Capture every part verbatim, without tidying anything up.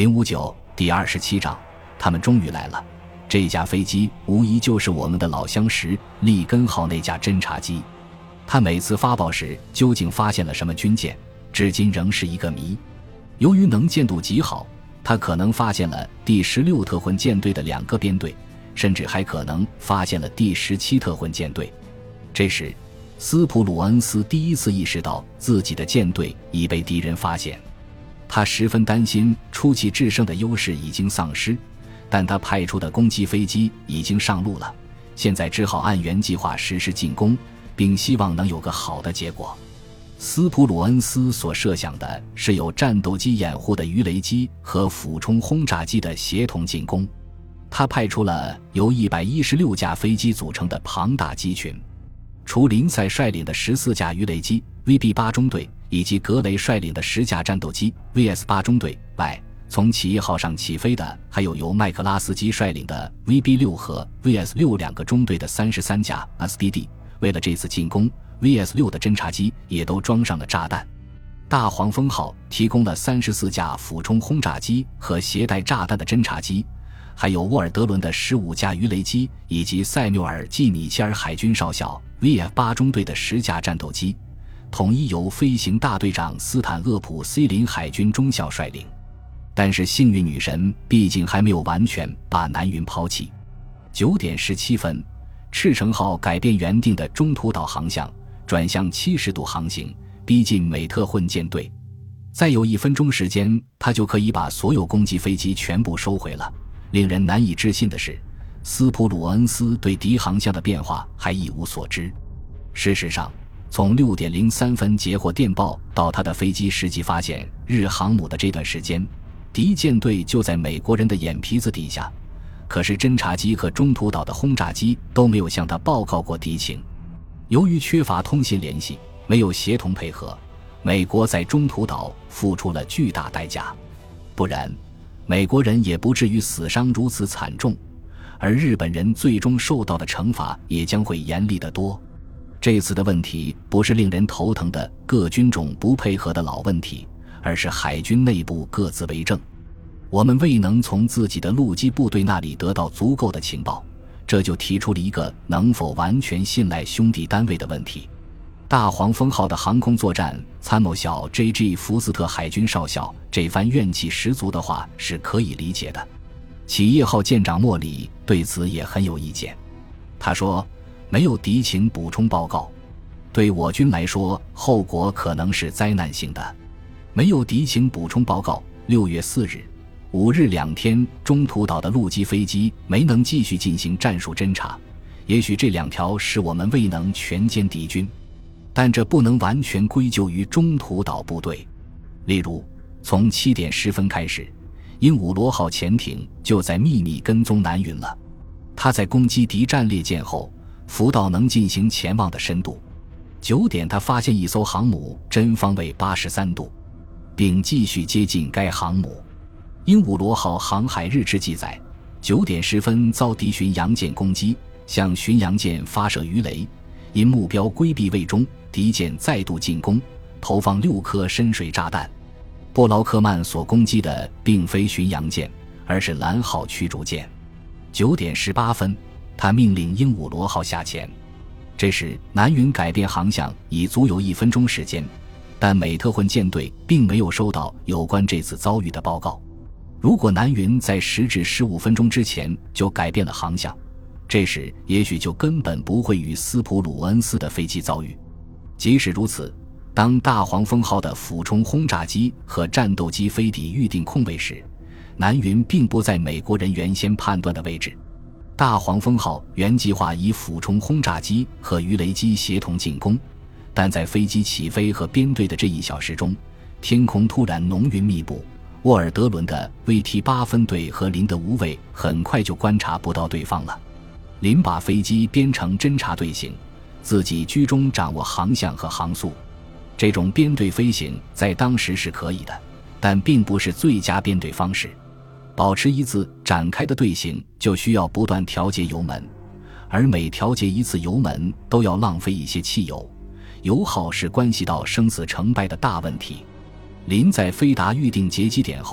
零五九第二十七章，他们终于来了。这架飞机无疑就是我们的老相识利根号那架侦察机。他每次发报时究竟发现了什么军舰，至今仍是一个谜。由于能见度极好，他可能发现了第十六特混舰队的两个编队，甚至还可能发现了第十七特混舰队。这时斯普鲁恩斯第一次意识到自己的舰队已被敌人发现，他十分担心出奇制胜的优势已经丧失，但他派出的攻击飞机已经上路了，现在只好按原计划实施进攻，并希望能有个好的结果。斯普鲁恩斯所设想的是有战斗机掩护的鱼雷机和俯冲轰炸机的协同进攻，他派出了由一百一十六架飞机组成的庞大机群，除林赛率领的十四架鱼雷机 V B 八 中队以及格雷率领的十架战斗机 V S 八 中队外，从企业号上起飞的还有由麦克拉斯基率领的 V B 六 和 V S 六 两个中队的三十三架 S B D。 为了这次进攻， V S 六 的侦察机也都装上了炸弹。大黄蜂号提供了三十四架俯冲轰炸机和携带炸弹的侦察机，还有沃尔德伦的十五架鱼雷机以及塞缪尔 ·G 米切尔海军少校 V F 八 中队的十架战斗机，统一由飞行大队长斯坦厄普 C 林海军中校率领。但是幸运女神毕竟还没有完全把南云抛弃。九点十七分，赤城号改变原定的中途岛航向，转向七十度航行，逼近美特混舰队。再有一分钟时间，他就可以把所有攻击飞机全部收回了。令人难以置信的是，斯普鲁恩斯对敌航向的变化还一无所知。事实上，从六点零三分截获电报到他的飞机实际发现日航母的这段时间，敌舰队就在美国人的眼皮子底下，可是侦察机和中途岛的轰炸机都没有向他报告过敌情。由于缺乏通信联系，没有协同配合，美国在中途岛付出了巨大代价，不然美国人也不至于死伤如此惨重，而日本人最终受到的惩罚也将会严厉得多。这次的问题不是令人头疼的各军种不配合的老问题，而是海军内部各自为政。我们未能从自己的陆基部队那里得到足够的情报，这就提出了一个能否完全信赖兄弟单位的问题。大黄蜂号的航空作战参谋小 J G 福斯特海军少校这番怨气十足的话是可以理解的。企业号舰长莫里对此也很有意见，他说，没有敌情补充报告，对我军来说后果可能是灾难性的。没有敌情补充报告，六月四日五日两天，中途岛的陆基飞机没能继续进行战术侦察，也许这两条是我们未能全歼敌军，但这不能完全归咎于中途岛部队。例如，从七点十分开始，鹦鹉螺号潜艇就在秘密跟踪南云了。它在攻击敌战列舰后，浮到能进行潜望的深度。九点，他发现一艘航母真方位八十三度，并继续接近该航母。鹦鹉螺号航海日志记载，九点十分遭敌巡洋舰攻击，向巡洋舰发射鱼雷，因目标规避未中，敌舰再度进攻，投放六颗深水炸弹。布劳克曼所攻击的并非巡洋舰，而是蓝号驱逐舰。九点十八分，他命令鹦鹉螺号下潜。这时南云改变航向已足有一分钟时间，但美特混舰队并没有收到有关这次遭遇的报告。如果南云在十至十五分钟之前就改变了航向，这时也许就根本不会与斯普鲁恩斯的飞机遭遇。即使如此，当大黄蜂号的俯冲轰炸机和战斗机飞抵预定空位时，南云并不在美国人原先判断的位置。大黄蜂号原计划以俯冲轰炸机和鱼雷机协同进攻，但在飞机起飞和编队的这一小时中，天空突然浓云密布，沃尔德伦的 V T 八 分队和林的无畏很快就观察不到对方了。林把飞机编成侦察队形，自己居中掌握航向和航速。这种编队飞行在当时是可以的，但并不是最佳编队方式。保持一字展开的队形就需要不断调节油门，而每调节一次油门都要浪费一些汽油，油耗是关系到生死成败的大问题。林在飞达预定截击点后，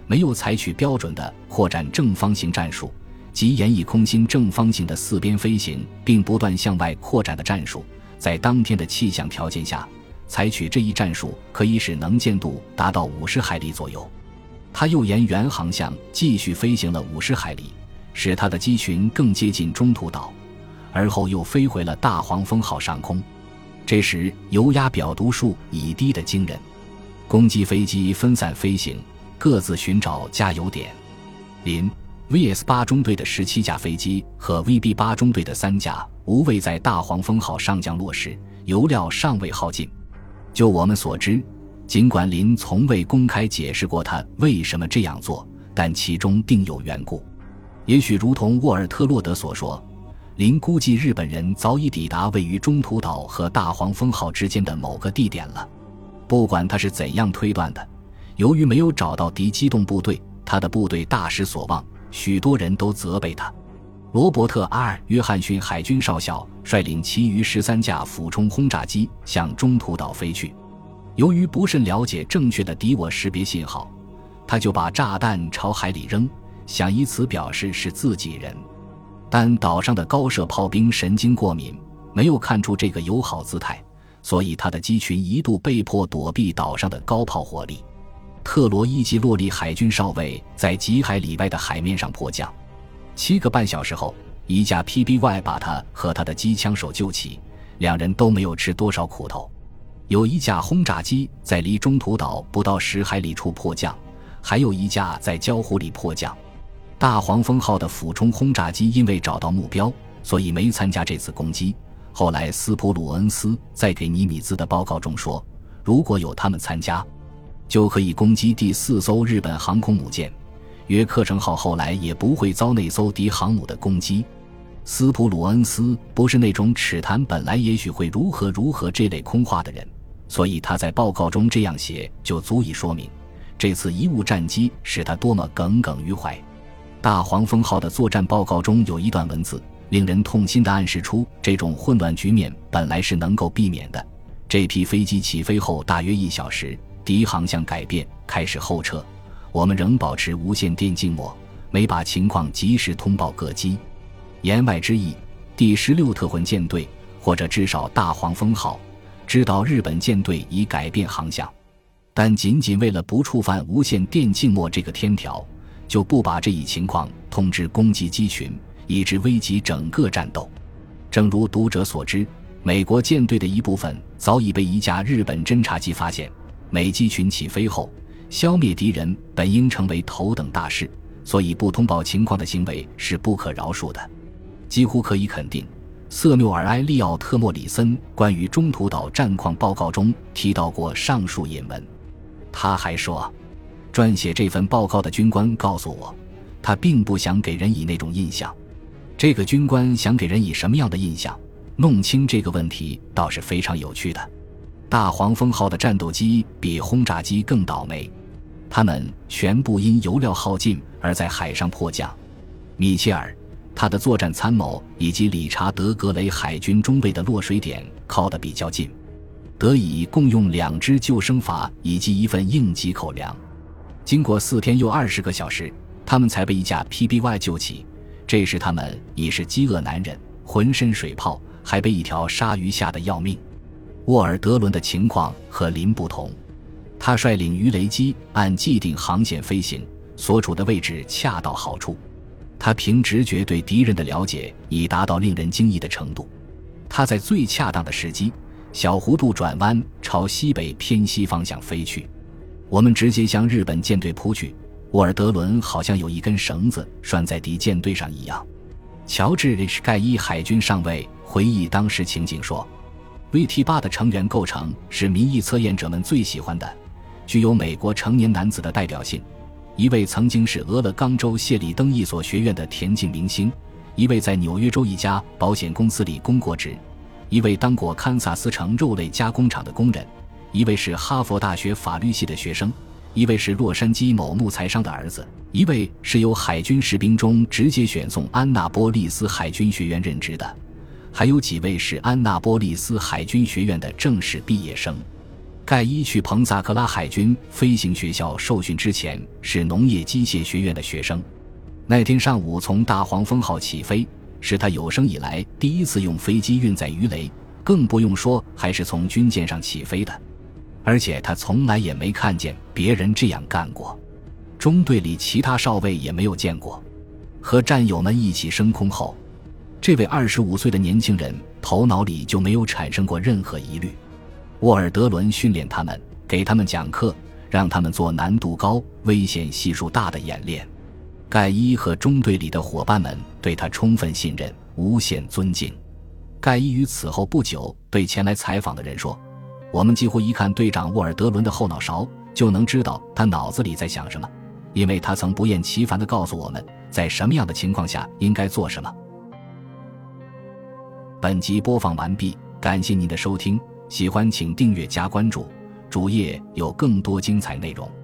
没有采取标准的扩展正方形战术，即沿以空心正方形的四边飞行并不断向外扩展的战术。在当天的气象条件下，采取这一战术可以使能见度达到五十海里左右。他又沿原航向继续飞行了五十海里，使他的机群更接近中途岛，而后又飞回了大黄蜂号上空。这时油压表读数已低得惊人，攻击飞机分散飞行，各自寻找加油点。林 V S 八 中队的十七架飞机和 V B 八 中队的三架无畏在大黄蜂号上降落时，油料尚未耗尽。就我们所知，尽管林从未公开解释过他为什么这样做，但其中定有缘故。也许如同沃尔特洛德所说，林估计日本人早已抵达位于中途岛和大黄蜂号之间的某个地点了。不管他是怎样推断的，由于没有找到敌机动部队，他的部队大失所望，许多人都责备他。罗伯特·阿尔·约翰逊海军少校率领其余十三架俯冲轰炸机向中途岛飞去。由于不甚了解正确的敌我识别信号，他就把炸弹朝海里扔，想以此表示是自己人。但岛上的高射炮兵神经过敏，没有看出这个友好姿态，所以他的机群一度被迫躲避岛上的高炮火力。特罗伊吉洛利海军少尉在几海里外的海面上迫降，七个半小时后，一架 P B Y 把他和他的机枪手救起，两人都没有吃多少苦头。有一架轰炸机在离中途岛不到十海里处迫降，还有一架在礁湖里迫降。大黄蜂号的俯冲轰炸机因为找到目标，所以没参加这次攻击。后来斯普鲁恩斯在给尼米兹的报告中说，如果有他们参加，就可以攻击第四艘日本航空母舰。约克城号后来也不会遭那艘敌航母的攻击。斯普鲁恩斯不是那种尺谈本来也许会如何如何这类空话的人，所以他在报告中这样写就足以说明这次贻误战机使他多么耿耿于怀。大黄蜂号的作战报告中有一段文字，令人痛心地暗示出这种混乱局面本来是能够避免的。这批飞机起飞后大约一小时，敌航向改变，开始后撤，我们仍保持无线电静默，没把情况及时通报各机。言外之意，第十六特混舰队或者至少大黄蜂号知道日本舰队已改变航向，但仅仅为了不触犯无线电静默这个天条，就不把这一情况通知攻击机群，以致危及整个战斗。正如读者所知，美国舰队的一部分早已被一架日本侦察机发现，美机群起飞后，消灭敌人本应成为头等大事，所以不通报情况的行为是不可饶恕的。几乎可以肯定，瑟缪尔·埃利奥特·莫里森关于中途岛战况报告中提到过上述引文。他还说，撰写这份报告的军官告诉我，他并不想给人以那种印象。这个军官想给人以什么样的印象？弄清这个问题倒是非常有趣的。大黄蜂号的战斗机比轰炸机更倒霉，他们全部因油料耗尽而在海上迫降。米切尔，他的作战参谋以及理查德·格雷海军中尉的落水点靠得比较近，得以共用两支救生筏以及一份应急口粮。经过四天又二十个小时，他们才被一架 P B Y 救起。这时他们已是饥饿难忍，浑身水泡，还被一条鲨鱼吓得要命。沃尔德伦的情况和林不同，他率领鱼雷机按既定航线飞行，所处的位置恰到好处。他凭直觉对敌人的了解已达到令人惊异的程度。他在最恰当的时机，小弧度转弯朝西北偏西方向飞去。我们直接向日本舰队扑去，沃尔德伦好像有一根绳子拴在敌舰队上一样。乔治 H 盖伊海军上尉回忆当时情景说， V T 八 的成员构成是民意测验者们最喜欢的，具有美国成年男子的代表性。一位曾经是俄勒冈州谢里登一所学院的田径明星，一位在纽约州一家保险公司里供过职，一位当过堪萨斯城肉类加工厂的工人，一位是哈佛大学法律系的学生，一位是洛杉矶某木材商的儿子，一位是由海军士兵中直接选送安纳波利斯海军学院任职的，还有几位是安纳波利斯海军学院的正式毕业生。 盖伊去彭萨克拉海军飞行学校受训之前是农业机械学院的学生。那天上午从大黄蜂号起飞，是他有生以来第一次用飞机运载鱼雷，更不用说还是从军舰上起飞的。而且他从来也没看见别人这样干过，中队里其他少尉也没有见过。和战友们一起升空后，这位二十五岁的年轻人头脑里就没有产生过任何疑虑。沃尔德伦训练他们，给他们讲课，让他们做难度高、危险系数大的演练。盖伊和中队里的伙伴们对他充分信任，无限尊敬。盖伊于此后不久对前来采访的人说，我们几乎一看队长沃尔德伦的后脑勺，就能知道他脑子里在想什么，因为他曾不厌其烦地告诉我们在什么样的情况下应该做什么。本集播放完毕，感谢您的收听，喜欢请订阅加关注，主页有更多精彩内容。